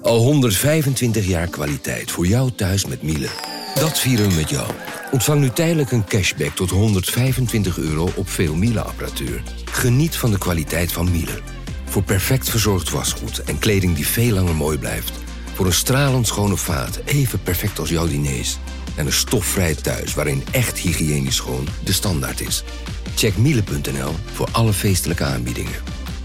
Al 125 jaar kwaliteit voor jou thuis met Miele. Dat vieren we met jou. Ontvang nu tijdelijk een cashback tot €125 op veel Miele-apparatuur. Geniet van de kwaliteit van Miele. Voor perfect verzorgd wasgoed en kleding die veel langer mooi blijft. Voor een stralend schone vaat, even perfect als jouw diners. En een stofvrij thuis waarin echt hygiënisch schoon de standaard is. Check miele.nl voor alle feestelijke aanbiedingen.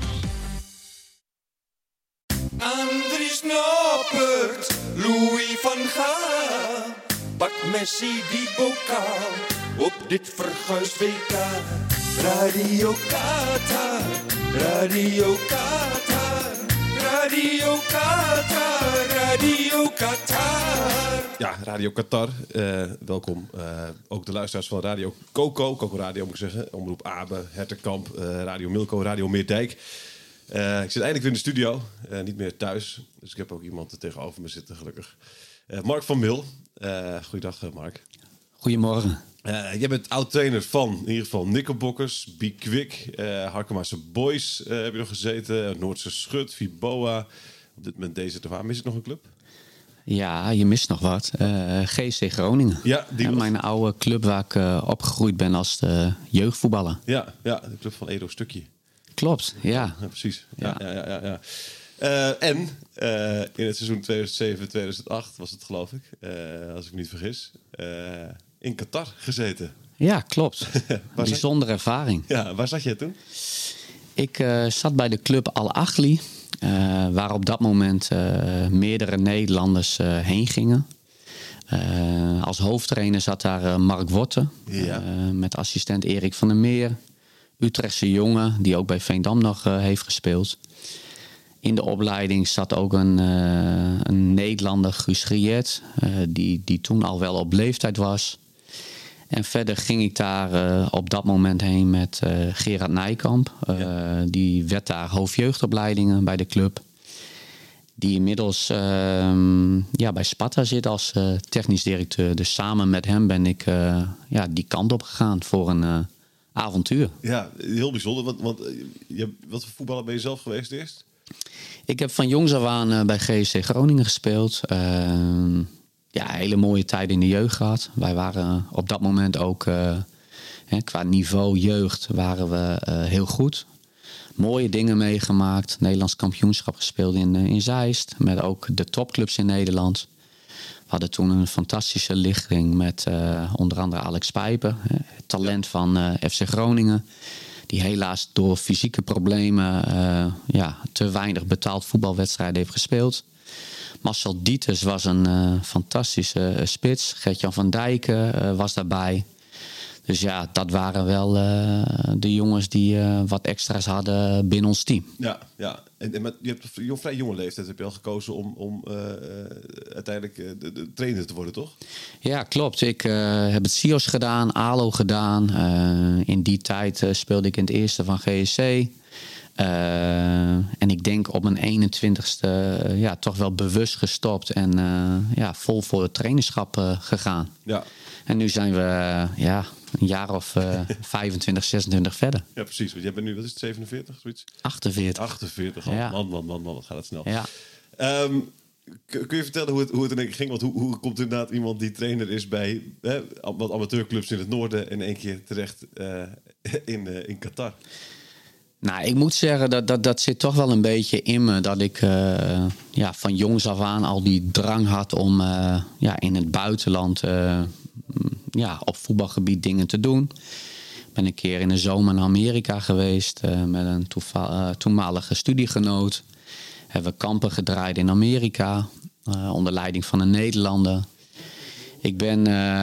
Andries Noppert, Louis van Gaal. Pak Messi die bokaal op dit verguisd WK. Radio Qatar, Radio Qatar, Radio Qatar, Radio Qatar. Ja, Radio Qatar. Welkom. Ook de luisteraars van Radio Coco Radio moet ik zeggen. Omroep Abe, Hertenkamp, Radio Milko, Radio Meerdijk. Ik zit eindelijk weer in de studio. Niet meer thuis. Dus ik heb ook iemand er tegenover me zitten, gelukkig. Mark van Mil. Goeiedag, Mark. Goedemorgen. Jij bent oud-trainer van, in ieder geval, Nikkelbokkers, Be Quick, Harkemaarse Boys heb je nog gezeten, Noordse Schut, Viboa. Op dit moment DZTV. Mis ik nog een club? Ja, je mist nog wat. GC Groningen. Ja, mijn oude club waar ik opgegroeid ben als jeugdvoetballer. Ja, de club van Edo Stukje. Klopt, ja. Ja, precies. Ja. En in het seizoen 2007-2008 was het, geloof ik, als ik me niet vergis, in Qatar gezeten. Ja, klopt. Bijzondere ervaring. Ja, waar zat jij toen? Ik zat bij de club Al Ahly, waar op dat moment meerdere Nederlanders heen gingen. Als hoofdtrainer zat daar Mark Worten, met assistent Erik van der Meer. Utrechtse jongen, die ook bij Veendam nog heeft gespeeld. In de opleiding zat ook een Nederlander, Guus Griet, die toen al wel op leeftijd was. En verder ging ik daar op dat moment heen met Gerard Nijkamp. Die werd daar hoofdjeugdopleidingen bij de club. Die inmiddels bij Sparta zit als technisch directeur. Dus samen met hem ben ik die kant op gegaan voor een avontuur. Ja, heel bijzonder. Want wat voor voetballer ben je zelf geweest eerst? Ik heb van jongs af aan bij GSC Groningen gespeeld. Hele mooie tijden in de jeugd gehad. Wij waren op dat moment ook qua niveau jeugd waren we heel goed. Mooie dingen meegemaakt. Nederlands kampioenschap gespeeld in Zeist. Met ook de topclubs in Nederland. We hadden toen een fantastische lichting met onder andere Alex Pijper. Talent van FC Groningen. Die helaas door fysieke problemen te weinig betaald voetbalwedstrijden heeft gespeeld. Marcel Dieters was een fantastische spits. Gert-Jan van Dijken was daarbij. Dus ja, dat waren wel de jongens die wat extra's hadden binnen ons team. Ja. En je hebt op een vrij jonge leeftijd heb je al gekozen om uiteindelijk de trainer te worden, toch? Ja, klopt. Ik heb het SIOS gedaan, ALO gedaan. In die tijd speelde ik in het eerste van GSC. En ik denk op mijn 21ste toch wel bewust gestopt en vol voor het trainerschap gegaan. Ja. En nu zijn we een jaar of 25, 26 verder. Ja, precies. Want jij bent nu, wat is het, 47? Zoiets? 48. Ja. Man, wat gaat het snel. Ja. Kun je vertellen hoe het in één keer ging? Want hoe komt inderdaad iemand die trainer is bij wat amateurclubs in het noorden in één keer terecht in Qatar? Nou, ik moet zeggen dat zit toch wel een beetje in me. Dat ik van jongs af aan al die drang had om in het buitenland op voetbalgebied dingen te doen. Ik ben een keer in de zomer naar Amerika geweest met een toenmalige studiegenoot. Hebben we kampen gedraaid in Amerika onder leiding van een Nederlander. Ik ben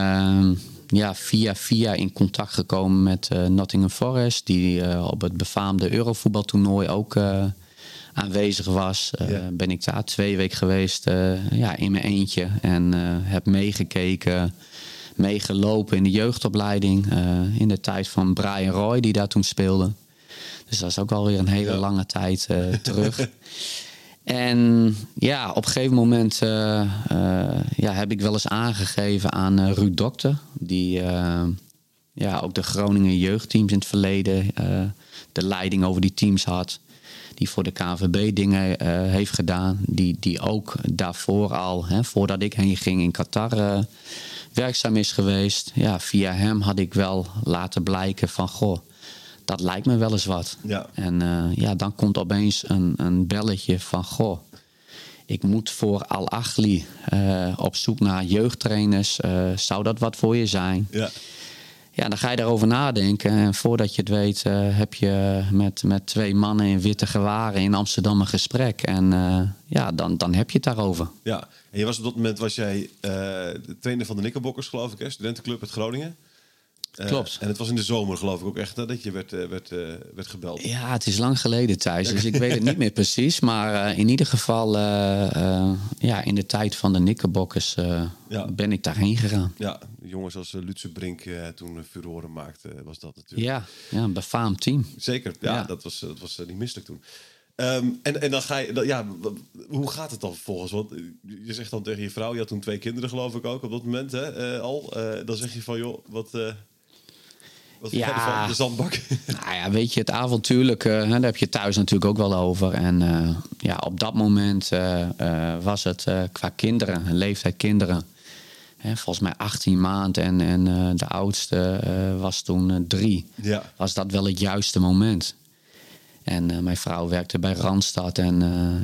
via in contact gekomen met Nottingham Forest, die op het befaamde Eurovoetbaltoernooi ook aanwezig was. Ben ik daar 2 weken geweest in mijn eentje en heb meegekeken, meegelopen in de jeugdopleiding in de tijd van Brian Roy, die daar toen speelde. Dus dat is ook alweer een hele lange tijd terug. En op een gegeven moment heb ik wel eens aangegeven aan Ruud Dokter, die ook de Groningen jeugdteams in het verleden de leiding over die teams had. die voor de KNVB dingen heeft gedaan. Die ook daarvoor al, voordat ik heen ging in Qatar, werkzaam is geweest. Ja, via hem had ik wel laten blijken van, goh, dat lijkt me wel eens wat. Ja. En dan komt opeens een belletje van, goh, ik moet voor Al-Ahly op zoek naar jeugdtrainers. Zou dat wat voor je zijn? Ja. Ja, dan ga je daarover nadenken. En voordat je het weet, heb je met 2 mannen in witte gewaren in Amsterdam een gesprek. En dan heb je het daarover. Ja, en je was op dat moment de trainer van de Knickerbockers, geloof ik, hè? Studentenclub uit Groningen. Klopt. En het was in de zomer, geloof ik ook echt, dat je werd gebeld. Ja, het is lang geleden, Thijs. Dus ik weet het niet meer precies. Maar in ieder geval, in de tijd van de Knickerbockers ben ik daarheen gegaan. Ja, jongens als Lutze Brink toen furoren maakte, was dat natuurlijk. Ja, een befaamd team. Zeker, ja. Dat was niet misselijk toen. En dan ga je, hoe gaat het dan vervolgens? Want je zegt dan tegen je vrouw, je had toen 2 kinderen, geloof ik ook op dat moment al. Dan zeg je van, joh, wat vind jij van de zandbak? Nou ja, weet je, het avontuurlijke, daar heb je thuis natuurlijk ook wel over. En op dat moment was het qua kinderen, leeftijd kinderen, volgens mij 18 maanden en de oudste was toen 3. Ja. Was dat wel het juiste moment. En mijn vrouw werkte bij Randstad en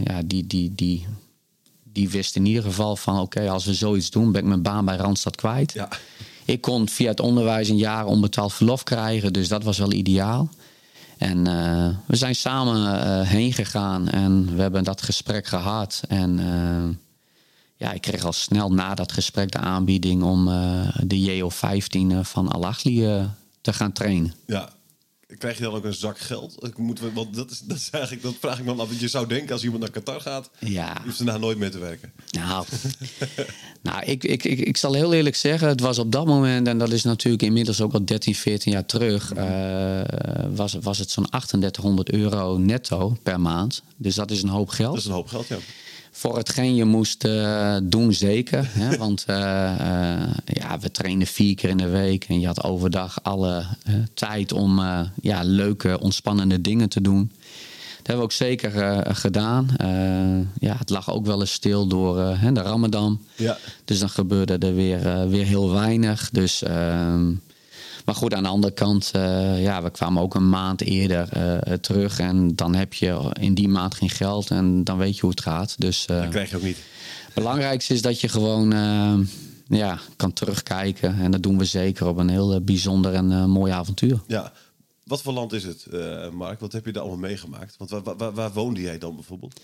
die wist in ieder geval van, oké, als we zoiets doen, ben ik mijn baan bij Randstad kwijt. Ja. Ik kon via het onderwijs een jaar onbetaald verlof krijgen, dus dat was wel ideaal. En we zijn samen heen gegaan en we hebben dat gesprek gehad. En ik kreeg al snel na dat gesprek de aanbieding om de JO15 van Al-Ahly te gaan trainen. Ja. Krijg je dan ook een zak geld? Want dat is eigenlijk, dat vraag ik me dan af. Want je zou denken, als iemand naar Qatar gaat, hoeft ze daar nooit meer te werken. Nou, ik zal heel eerlijk zeggen, het was op dat moment, en dat is natuurlijk inmiddels ook al 13, 14 jaar terug, was het zo'n €3800 netto per maand. Dus dat is een hoop geld. Dat is een hoop geld, ja. Voor hetgeen je moest doen, zeker. Hè? Want we trainden 4 keer in de week. En je had overdag alle tijd om leuke, ontspannende dingen te doen. Dat hebben we ook zeker gedaan. Het lag ook wel eens stil door de Ramadan. Ja. Dus dan gebeurde er weer heel weinig. Dus... Maar goed, aan de andere kant, we kwamen ook een maand eerder terug. En dan heb je in die maand geen geld en dan weet je hoe het gaat. Dus, dat krijg je ook niet. Het belangrijkste is dat je gewoon kan terugkijken. En dat doen we zeker op een heel bijzonder en mooi avontuur. Ja. Wat voor land is het, Mark? Wat heb je daar allemaal meegemaakt? Want waar woonde jij dan bijvoorbeeld?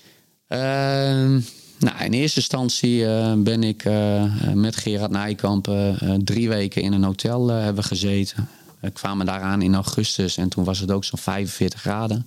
In eerste instantie ben ik met Gerard Nijkamp 3 weken in een hotel hebben gezeten. We kwamen daaraan in augustus en toen was het ook zo'n 45 graden.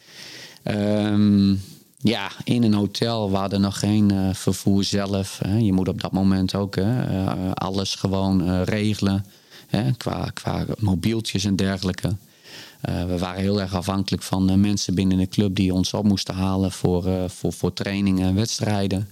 In een hotel waar er nog geen vervoer zelf. Je moet op dat moment ook alles gewoon regelen. Qua mobieltjes en dergelijke. We waren heel erg afhankelijk van mensen binnen de club die ons op moesten halen voor trainingen en wedstrijden.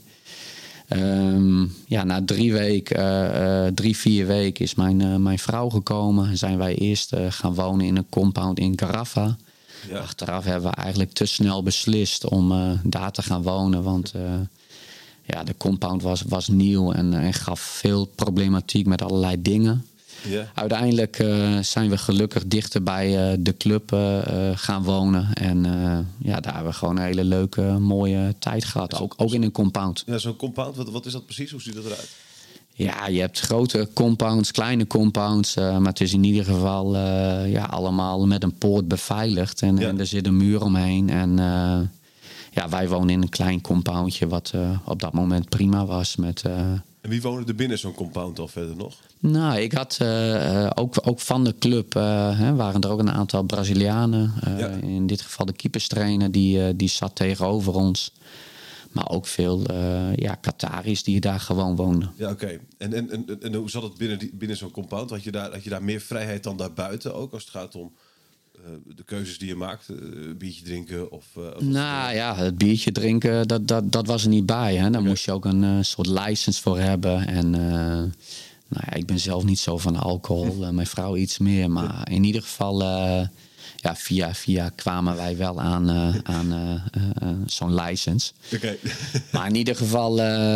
Na 3, 4 weken is mijn vrouw gekomen. En zijn wij eerst gaan wonen in een compound in Carafa. Ja. Achteraf hebben we eigenlijk te snel beslist om daar te gaan wonen. Want de compound was nieuw en gaf veel problematiek met allerlei dingen. Yeah. Uiteindelijk zijn we gelukkig dichter bij de club gaan wonen. En daar hebben we gewoon een hele leuke, mooie tijd gehad. Ook in een compound. Ja, zo'n compound, wat is dat precies? Hoe ziet dat eruit? Ja, je hebt grote compounds, kleine compounds. Maar het is in ieder geval allemaal met een poort beveiligd. En er zit een muur omheen. En wij wonen in een klein compoundje wat op dat moment prima was. En wie woonde er binnen zo'n compound al verder nog? Nou, ik had ook van de club waren er ook een aantal Brazilianen. In dit geval de keeperstrainer, die zat tegenover ons. Maar ook veel Qataris die daar gewoon woonden. Ja, oké. En hoe zat het binnen zo'n compound? Had je daar meer vrijheid dan daarbuiten ook? Als het gaat om de keuzes die je maakt? Een biertje drinken? Het biertje drinken, dat was er niet bij. Hè? Daar moest je ook een soort license voor hebben. En ik ben zelf niet zo van alcohol. Mijn vrouw iets meer. Maar in ieder geval via kwamen wij wel aan zo'n license. Okay. Maar in ieder geval,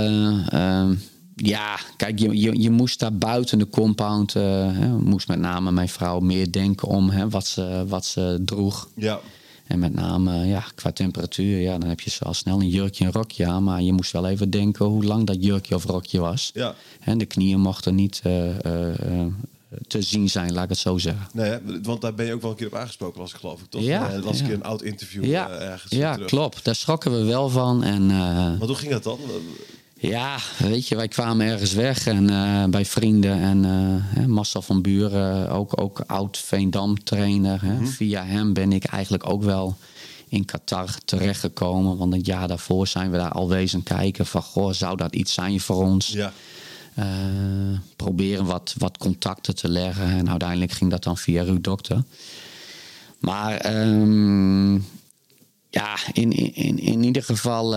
kijk, je moest daar buiten de compound, moest met name mijn vrouw meer denken om wat ze droeg. Ja. En met name qua temperatuur, dan heb je al snel een jurkje en rokje aan. Maar je moest wel even denken hoe lang dat jurkje of rokje was. Ja. En de knieën mochten niet te zien zijn, laat ik het zo zeggen. Nee, want daar ben je ook wel een keer op aangesproken, was ik geloof ik, toch? Ja. Dat was een keer een oud interview ergens terug. Klopt. Daar schrokken we wel van. En, maar hoe ging dat dan? Ja, weet je, wij kwamen ergens weg en bij vrienden en Marcel van Buren, ook oud Veendam trainer. Via hem ben ik eigenlijk ook wel in Qatar terechtgekomen. Want het jaar daarvoor zijn we daar al wezen kijken van, goh, zou dat iets zijn voor ons? Ja. Proberen wat contacten te leggen. En uiteindelijk ging dat dan via Ruud Dokter. Maar in ieder geval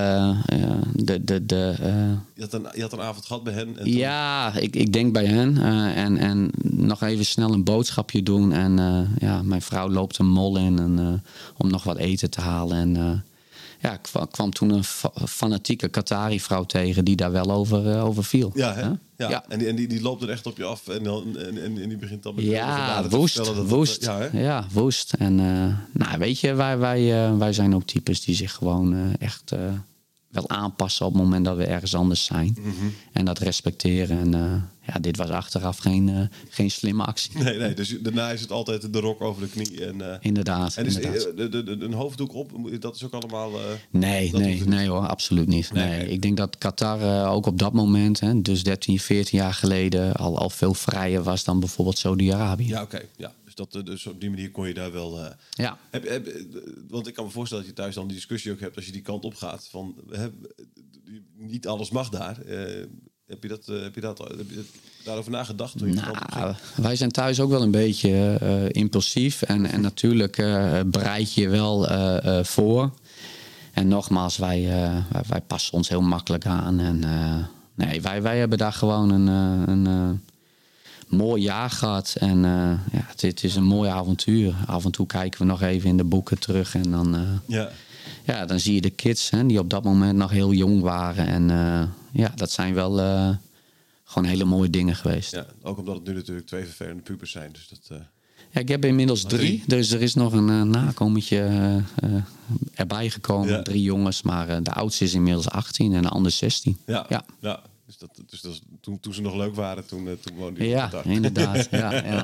Je had een avond gehad bij hen? En ik denk bij hen. En nog even snel een boodschapje doen. En mijn vrouw loopt een mol in om nog wat eten te halen. En kwam toen een fanatieke Qatari-vrouw tegen die daar wel over viel. Ja, hè? Ja. En die loopt er echt op je af en die begint dan met woest. En weet je, wij zijn ook types die zich gewoon echt wel aanpassen op het moment dat we ergens anders zijn. Mm-hmm. En dat respecteren. En dit was achteraf geen slimme actie. Nee, dus daarna is het altijd de rok over de knie. Inderdaad. En is een hoofddoek op, dat is ook allemaal... Nee hoor, absoluut niet. Nee. Ik denk dat Qatar ook op dat moment, dus 13, 14 jaar geleden, al veel vrijer was dan bijvoorbeeld Saudi-Arabië. Ja, oké. Ja. Dus op die manier kon je daar wel... Want ik kan me voorstellen dat je thuis dan die discussie ook hebt als je die kant op gaat. Van, niet alles mag daar. Heb je daarover nagedacht? Toen je wij zijn thuis ook wel een beetje impulsief. En natuurlijk bereid je wel voor. En nogmaals, wij passen ons heel makkelijk aan. En wij hebben daar gewoon een mooi jaar gehad. En het is een mooi avontuur. Af en toe kijken we nog even in de boeken terug. En dan, dan zie je de kids die op dat moment nog heel jong waren. En dat zijn wel gewoon hele mooie dingen geweest. Ja, ook omdat het nu natuurlijk 2 vervelende pubers zijn. Dus dat... ik heb inmiddels 3. Dus er is nog een nakomertje erbij gekomen. Ja. 3 jongens. Maar de oudste is inmiddels 18 en de andere 16. Ja. Dus dat toen ze nog leuk waren, toen woonden die in inderdaad. Ja.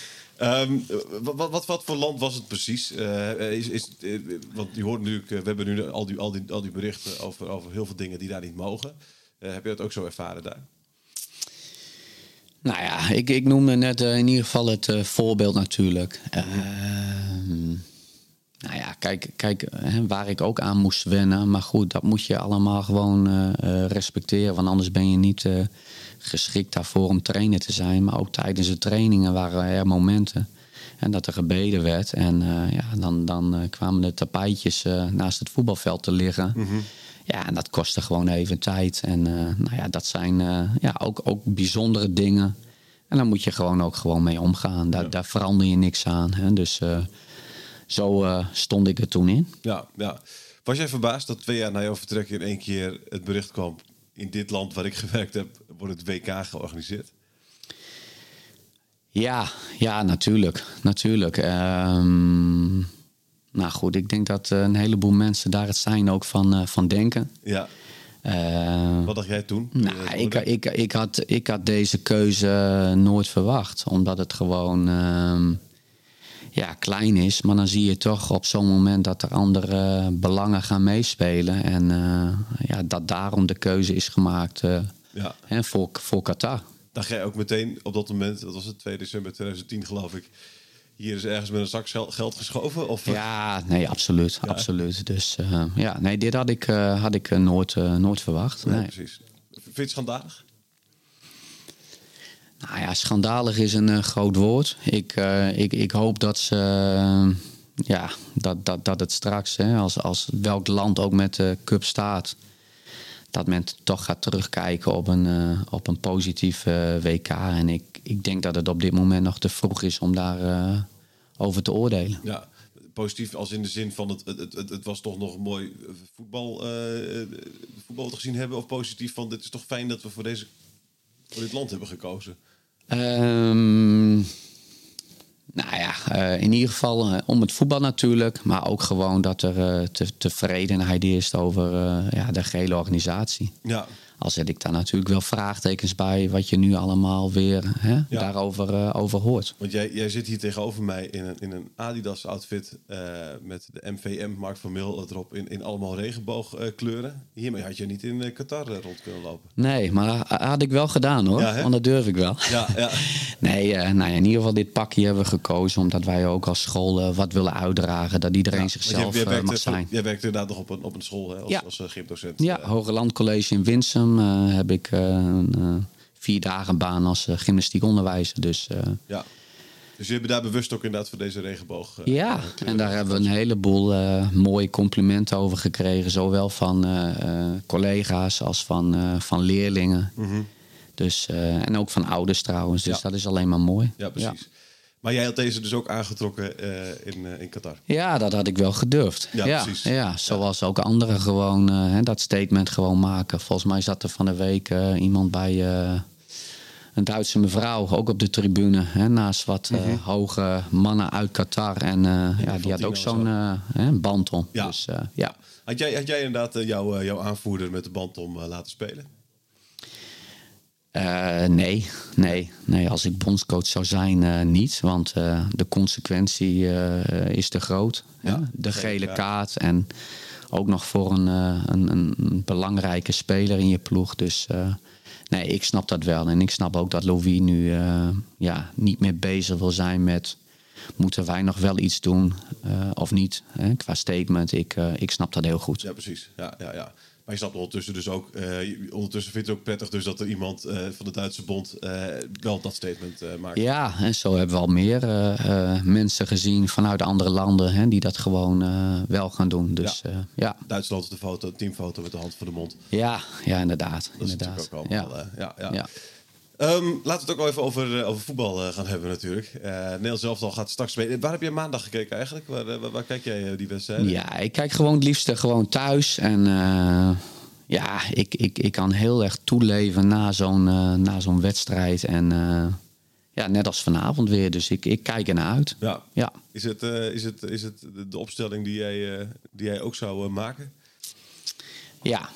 Wat voor land was het precies? Want je hoort natuurlijk, we hebben nu al die berichten over heel veel dingen die daar niet mogen. Heb je dat ook zo ervaren daar? Nou ja, ik noemde net in ieder geval het voorbeeld natuurlijk. Kijk, waar ik ook aan moest wennen. Maar goed, dat moet je allemaal gewoon respecteren. Want anders ben je niet geschikt daarvoor om trainer te zijn. Maar ook tijdens de trainingen waren er momenten. En dat er gebeden werd. En dan kwamen de tapijtjes naast het voetbalveld te liggen. Mm-hmm. Ja, en dat kostte gewoon even tijd. En dat zijn ook bijzondere dingen. En daar moet je gewoon mee omgaan. Daar verander je niks aan. Hè? Dus... Zo stond ik er toen in. Ja. Was jij verbaasd dat 2 jaar na jouw vertrek in 1 keer het bericht kwam... in dit land waar ik gewerkt heb, wordt het WK georganiseerd? Ja, natuurlijk. Nou goed, ik denk dat een heleboel mensen daar het zijn ook van denken. Ja. Wat dacht jij toen? Ik had deze keuze nooit verwacht. Omdat het gewoon... klein is, maar dan zie je toch op zo'n moment dat er andere belangen gaan meespelen. En dat daarom de keuze is gemaakt voor Qatar. Dacht jij ook meteen op dat moment, dat was het 2 december 2010 geloof ik, hier is ergens met een zak geld geschoven? Of? Ja, nee, absoluut. Ja. Absoluut. Dus dit had ik nooit verwacht. Nee, precies. Vind je het schandalig? Nou ja, schandalig is een groot woord. Ik hoop dat ze... dat het straks, als welk land ook met de cup staat... dat men toch gaat terugkijken op een positief WK. En ik denk dat het op dit moment nog te vroeg is om daar over te oordelen. Ja, positief als in de zin van het was toch nog een mooi voetbal te gezien hebben. Of positief van dit is toch fijn dat we voor dit land hebben gekozen. Nou ja, in ieder geval om het voetbal natuurlijk. Maar ook gewoon dat er tevredenheid is over de gehele organisatie. Ja. Al zet ik daar natuurlijk wel vraagtekens bij wat je nu allemaal weer daarover hoort. Want jij zit hier tegenover mij in een Adidas outfit met de MVM, Mark van Mil erop in allemaal regenboogkleuren. Hiermee had je niet in Qatar rond kunnen lopen. Nee, maar had ik wel gedaan hoor, want dat durf ik wel. Ja. Nee, in ieder geval dit pakje hebben we gekozen omdat wij ook als school wat willen uitdragen. Dat iedereen zichzelf mag zijn. Jij werkt inderdaad nog op een school als gymdocent. Ja, Hoger College in Winsum heb ik een 4 dagen baan als gymnastiekonderwijzer. Dus jullie hebben daar bewust ook inderdaad voor deze regenboog. En daar hebben we een heleboel mooie complimenten over gekregen. Zowel van collega's als van leerlingen. Mm-hmm. Dus, en ook van ouders trouwens. Dus dat is alleen maar mooi. Ja, precies. Ja. Maar jij had deze dus ook aangetrokken in Qatar? Ja, dat had ik wel gedurfd. Ja, precies. Ja, zoals ook anderen gewoon dat statement gewoon maken. Volgens mij zat er van de week iemand bij een Duitse mevrouw, ook op de tribune. Naast wat hoge mannen uit Qatar. En die had ook zo'n band om. Ja. Dus, Had jij inderdaad jouw aanvoerder met de band om laten spelen? Nee. Als ik bondscoach zou zijn, niet. Want de consequentie is te groot. Ja, de gele kaart en ook nog voor een belangrijke speler in je ploeg. Dus nee, ik snap dat wel. En ik snap ook dat Louis nu niet meer bezig wil zijn met... moeten wij nog wel iets doen of niet? Qua statement, ik snap dat heel goed. Ja, precies. Ja. Maar je snapt ondertussen dus ook... ondertussen vindt het ook prettig dus dat er iemand van de Duitse bond wel dat statement maakt. Ja, en zo hebben we al meer mensen gezien vanuit andere landen... die dat gewoon wel gaan doen. Dus, Duitsland de teamfoto met de hand voor de mond. Ja, inderdaad. Dat is natuurlijk ook allemaal... Laten we het ook wel even over voetbal gaan hebben natuurlijk. Nederland zelf al gaat straks spelen. Waar heb je maandag gekeken eigenlijk? Waar kijk jij die wedstrijden? Ja, ik kijk gewoon het liefste gewoon thuis. En ik kan heel erg toeleven na zo'n wedstrijd. En net als vanavond weer. Dus ik kijk ernaar uit. Ja. Is het de opstelling die jij ook zou maken? Ja.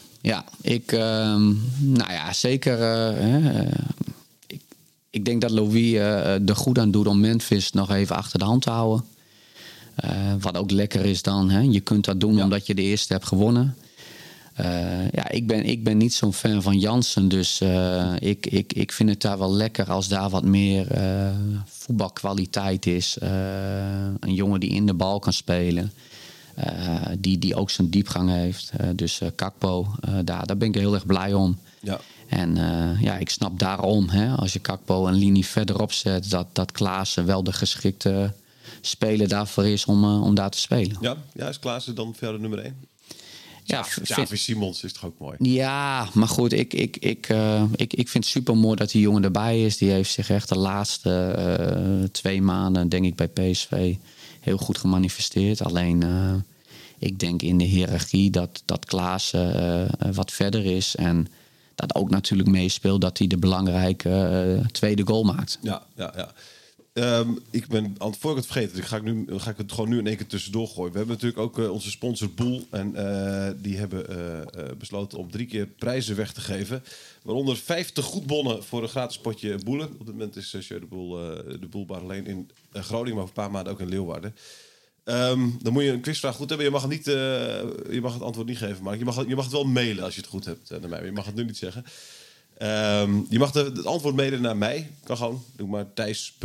Zeker. Ik denk dat Louis er goed aan doet om Memphis nog even achter de hand te houden. Wat ook lekker is dan. Je kunt dat doen omdat je de eerste hebt gewonnen. Ik ben niet zo'n fan van Jansen. Dus ik vind het daar wel lekker als daar wat meer voetbalkwaliteit is. Een jongen die in de bal kan spelen. Die ook zijn diepgang heeft. Dus Kakpo, daar ben ik heel erg blij om. Ja. En ik snap daarom, als je Kakpo een linie verderop zet... dat Klaassen wel de geschikte speler daarvoor is om daar te spelen. Ja, is Klaassen dan verder nummer 1? Xavi Simons is toch ook mooi? Ja, maar goed, ik vind het super mooi dat die jongen erbij is. Die heeft zich echt de laatste 2 maanden, denk ik, bij PSV... heel goed gemanifesteerd. Alleen, ik denk in de hiërarchie dat Klaassen wat verder is. En dat ook natuurlijk meespeelt dat hij de belangrijke tweede goal maakt. Ja. Ik ben, voor ik het vergeten, ga ik het gewoon nu in één keer tussendoor gooien. We hebben natuurlijk ook onze sponsor Boel. En die hebben besloten om 3 keer prijzen weg te geven. Waaronder 50 goedbonnen voor een gratis potje boelen. Op dit moment is de Boelbar alleen in Groningen, maar over een paar maanden ook in Leeuwarden. Dan moet je een quizvraag goed hebben. Je mag het antwoord niet geven, maar je mag het wel mailen als je het goed hebt naar mij. Je mag het nu niet zeggen. Je mag het antwoord mailen naar mij. Kan gewoon. Doe maar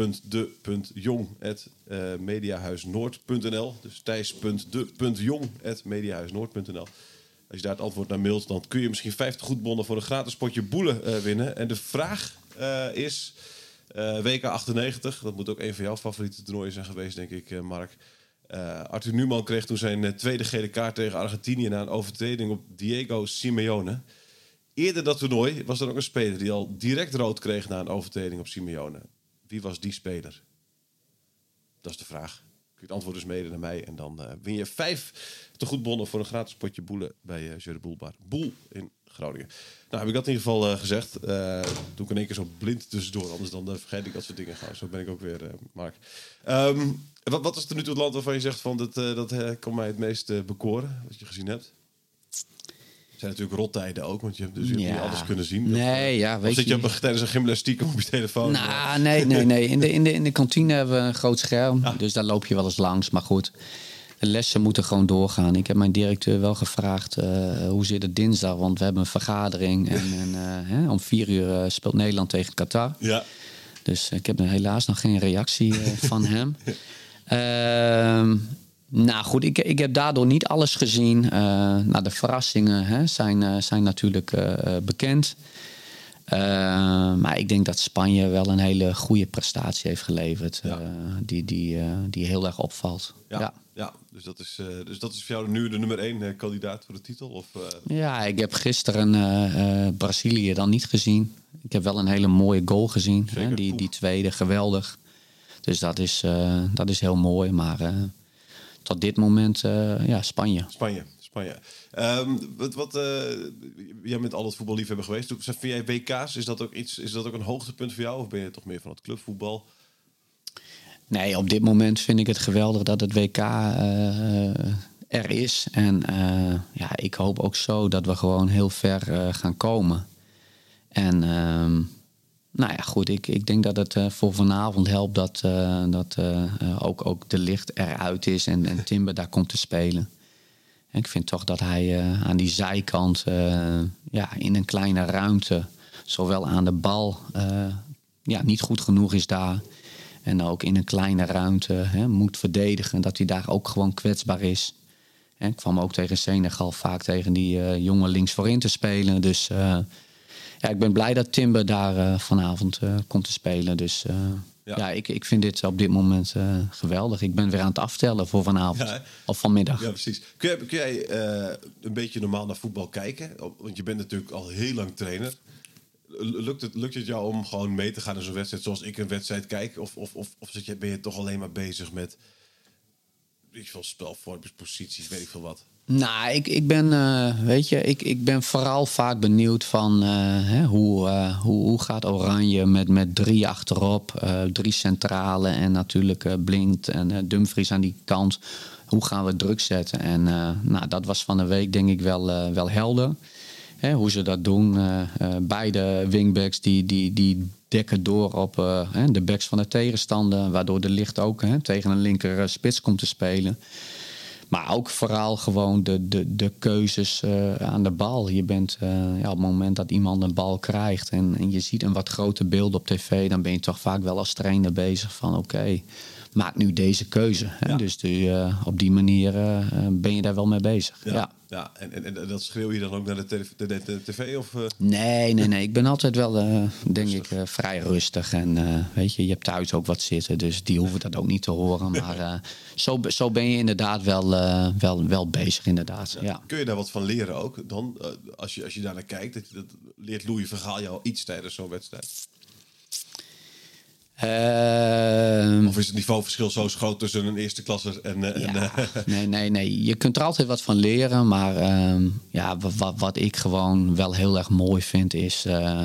thijs.de.jong@mediahuisnoord.nl. Dus thijs.de.jong@mediahuisnoord.nl. Als je daar het antwoord naar mailt, dan kun je misschien 50 goedbonnen voor een gratis potje boelen winnen. En de vraag is WK 98. Dat moet ook een van jouw favoriete toernooien zijn geweest, denk ik, Mark. Arthur Numan kreeg toen zijn tweede gele kaart tegen Argentinië na een overtreding op Diego Simeone. Eerder dat toernooi was er ook een speler die al direct rood kreeg na een overtreding op Simeone. Wie was die speler? Dat is de vraag. je het antwoord dus mede naar mij. En dan win je 5 tegoedbonnen voor een gratis potje boelen bij Jeu de Boelbar. Boel in Groningen. Nou, heb ik dat in ieder geval gezegd. Doe ik in één keer zo blind tussendoor. Anders dan vergeet ik dat soort dingen gaan. Zo ben ik ook weer, Mark. Wat is er nu toe het land waarvan je zegt van dat kan mij het meest bekoren, wat je gezien hebt? Het zijn natuurlijk rottijden ook, want je hebt dus niet alles kunnen zien. Of zit je tijdens een gymnastiek op je telefoon? Nou, nee. In de kantine hebben we een groot scherm. Ja. Dus daar loop je wel eens langs. Maar goed, de lessen moeten gewoon doorgaan. Ik heb mijn directeur wel gevraagd, hoe zit het dinsdag? Want we hebben een vergadering. En om 4:00 speelt Nederland tegen Qatar. Ja. Dus ik heb helaas nog geen reactie van hem. Nou goed, ik heb daardoor niet alles gezien. De verrassingen zijn natuurlijk bekend. Maar ik denk dat Spanje wel een hele goede prestatie heeft geleverd. Ja. Die heel erg opvalt. Ja, dus dat is voor jou nu de nummer 1 kandidaat voor de titel? Of, Ja, ik heb gisteren Brazilië dan niet gezien. Ik heb wel een hele mooie goal gezien. Hè, die tweede, geweldig. Dus dat is heel mooi. Maar tot dit moment, Spanje. Jij bent altijd voetballiefhebber geweest. Vind jij WK's, is dat ook een hoogtepunt voor jou? Of ben je toch meer van het clubvoetbal? Nee, op dit moment vind ik het geweldig dat het WK er is. En ik hoop ook zo dat we gewoon heel ver gaan komen. En goed, ik denk dat het voor vanavond helpt dat ook de licht eruit is en Timber daar komt te spelen. En ik vind toch dat hij aan die zijkant in een kleine ruimte, zowel aan de bal, niet goed genoeg is daar. En ook in een kleine ruimte moet verdedigen. Dat hij daar ook gewoon kwetsbaar is. Ik kwam ook tegen Senegal vaak tegen die jongen links voorin te spelen. Dus ik ben blij dat Timber daar vanavond komt te spelen. Dus ik vind dit op dit moment geweldig. Ik ben weer aan het aftellen voor vanavond. Ja, of vanmiddag. Ja, precies. Kun jij een beetje normaal naar voetbal kijken? Want je bent natuurlijk al heel lang trainer. Lukt het jou om gewoon mee te gaan in zo'n wedstrijd zoals ik een wedstrijd kijk? Of ben je toch alleen maar bezig met spelvormers, posities, weet ik veel wat? Nou, ik ben vooral vaak benieuwd van hoe gaat Oranje met 3 achterop, 3 centrale en natuurlijk Blind en Dumfries aan die kant. Hoe gaan we druk zetten? En dat was van de week denk ik wel helder. Hoe ze dat doen. Beide wingbacks die dekken door op de backs van de tegenstander. Waardoor de Ligt ook tegen een linker spits komt te spelen. Maar ook vooral gewoon de keuzes aan de bal. Je bent op het moment dat iemand een bal krijgt en je ziet een wat groter beeld op tv, dan ben je toch vaak wel als trainer bezig van oké, maak nu deze keuze. Ja. Dus op die manier ben je daar wel mee bezig. Ja. En dat schreeuw je dan ook naar de tv? Of? Nee. Ik ben altijd wel, vrij rustig. En je hebt thuis ook wat zitten. Dus die hoeven dat ook niet te horen. Maar zo ben je inderdaad wel bezig, inderdaad. Ja. Kun je daar wat van leren ook dan? Als je daar naar kijkt, leert Louis van Gaal jou iets tijdens zo'n wedstrijd? Of is het niveauverschil zo groot tussen een eerste klasser en... Nee. Je kunt er altijd wat van leren. Maar wat ik gewoon wel heel erg mooi vind is...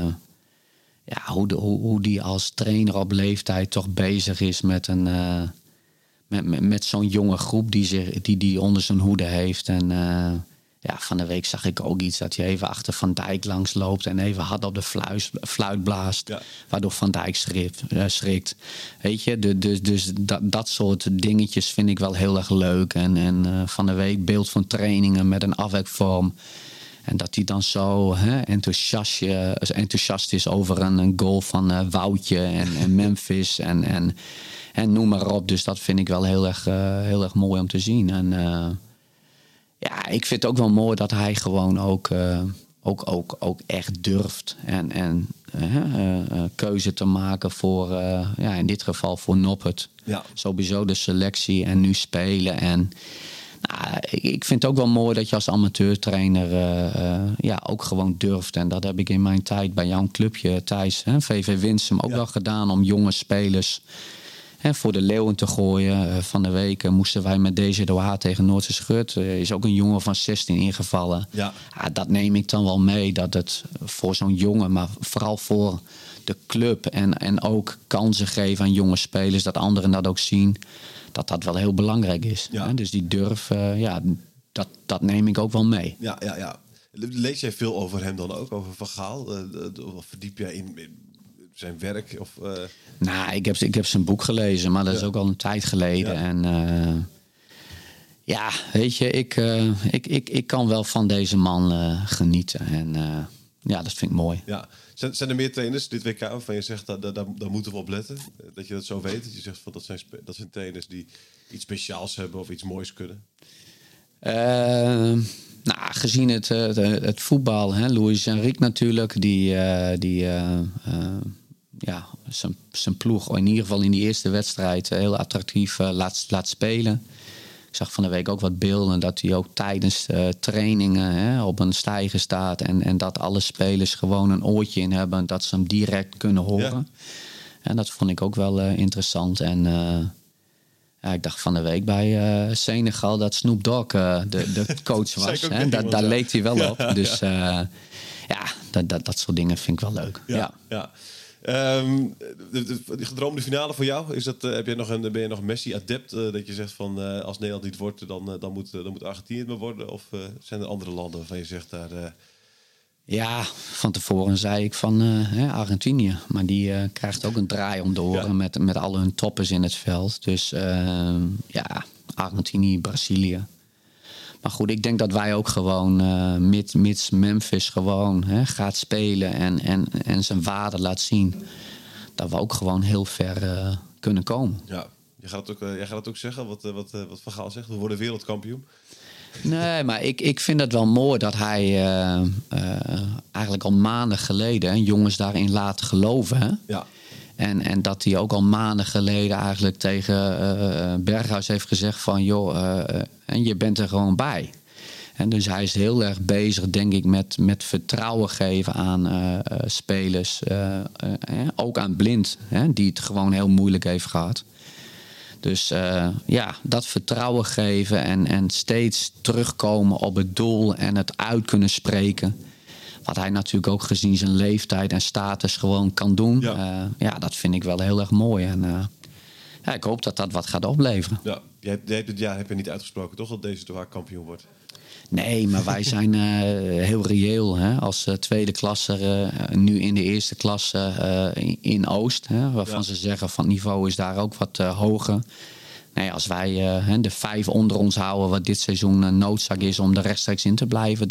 hoe die als trainer op leeftijd toch bezig is met met zo'n jonge groep die onder zijn hoede heeft. En van de week zag ik ook iets dat hij even achter Van Dijk langs loopt en even hard op de fluit blaast. Ja. Waardoor Van Dijk schrikt. Weet je, dus dat soort dingetjes vind ik wel heel erg leuk. En van de week beeld van trainingen met een afwerkvorm. En dat hij dan zo enthousiast is over een goal van Woutje en Memphis en noem maar op. Dus dat vind ik wel heel erg mooi om te zien. En ik vind het ook wel mooi dat hij gewoon ook echt durft. En keuze te maken voor, in dit geval voor Noppert. Ja. Sowieso de selectie en nu spelen. En ik vind het ook wel mooi dat je als amateurtrainer ook gewoon durft. En dat heb ik in mijn tijd bij jouw clubje, Thijs, VV Winsum, ook wel gedaan om jonge spelers voor de leeuwen te gooien. Van de week moesten wij met deze Doha tegen Noordse Schut. Is ook een jongen van 16 ingevallen. Ja. Dat neem ik dan wel mee. Dat het voor zo'n jongen, maar vooral voor de club en ook kansen geven aan jonge spelers, dat anderen dat ook zien, dat wel heel belangrijk is. Ja. Dus die durf, dat neem ik ook wel mee. Ja. Lees jij veel over hem dan ook, over Van Gaal? Of verdiep jij in zijn werk? Of, Nou, ik heb zijn boek gelezen, maar dat is ook al een tijd geleden. Ja. En weet je, ik kan wel van deze man genieten. En dat vind ik mooi. Ja. Zijn er meer trainers dit WK waarvan je zegt, daar moeten we op letten? Dat je dat zo weet? Dat je zegt, van, dat zijn trainers die iets speciaals hebben of iets moois kunnen? Gezien het voetbal, Luis Enrique natuurlijk, die zijn ploeg in ieder geval in die eerste wedstrijd heel attractief laat spelen. Ik zag van de week ook wat beelden dat hij ook tijdens trainingen op een steiger staat en dat alle spelers gewoon een oortje in hebben, dat ze hem direct kunnen horen. Ja. En dat vond ik ook wel interessant. En ik dacht van de week bij Senegal dat Snoop Dogg de coach was. Daar leek hij wel op. Dus dat soort dingen vind ik wel leuk. Ja. De gedroomde finale voor jou, is dat, ben je nog Messi-adept? Dat je zegt van als Nederland niet wordt, dan moet Argentinië het maar worden? Of zijn er andere landen waarvan je zegt daar... Ja, van tevoren zei ik van Argentinië. Maar die krijgt ook een draai om de oren met al hun toppers in het veld. Dus Argentinië, Brazilië. Maar goed, ik denk dat wij ook gewoon, mits Memphis gewoon gaat spelen en zijn waarde laat zien, dat we ook gewoon heel ver kunnen komen. Ja, jij gaat het ook zeggen, wat Van Gaal zegt, we worden wereldkampioen. Nee, maar ik vind het wel mooi dat hij eigenlijk al maanden geleden jongens daarin laat geloven. Hè? Ja. En dat hij ook al maanden geleden eigenlijk tegen Berghuis heeft gezegd van en je bent er gewoon bij. En dus hij is heel erg bezig, denk ik, met vertrouwen geven aan spelers. Ook aan Blind, die het gewoon heel moeilijk heeft gehad. Dus dat vertrouwen geven en steeds terugkomen op het doel en het uit kunnen spreken. Wat hij natuurlijk ook gezien zijn leeftijd en status gewoon kan doen. Dat vind ik wel heel erg mooi. En ik hoop dat wat gaat opleveren. Ja, jij hebt het jaar niet uitgesproken, toch? Dat deze Doha kampioen wordt. Nee, maar wij zijn heel reëel. Als tweede klasse, nu in de eerste klasse in Oost. Waarvan ze zeggen van het niveau is daar ook wat hoger. Nee, als wij de 5 onder ons houden, wat dit seizoen noodzaak is om er rechtstreeks in te blijven,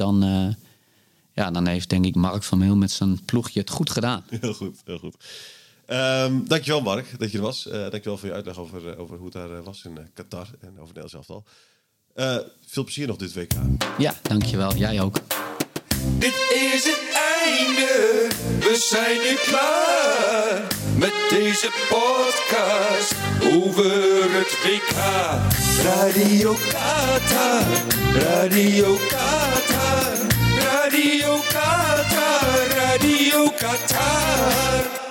dan heeft denk ik Mark van Meel met zijn ploegje het goed gedaan. Heel goed, heel goed. Dankjewel Mark dat je er was. Dankjewel voor je uitleg over hoe het daar was in Qatar en over Nederland zelf al. Veel plezier nog dit WK. Ja, dankjewel. Jij ook. Dit is het einde. We zijn nu klaar met deze podcast over het WK. Radio Qatar, Radio Qatar, Radio Qatar, Radio Qatar.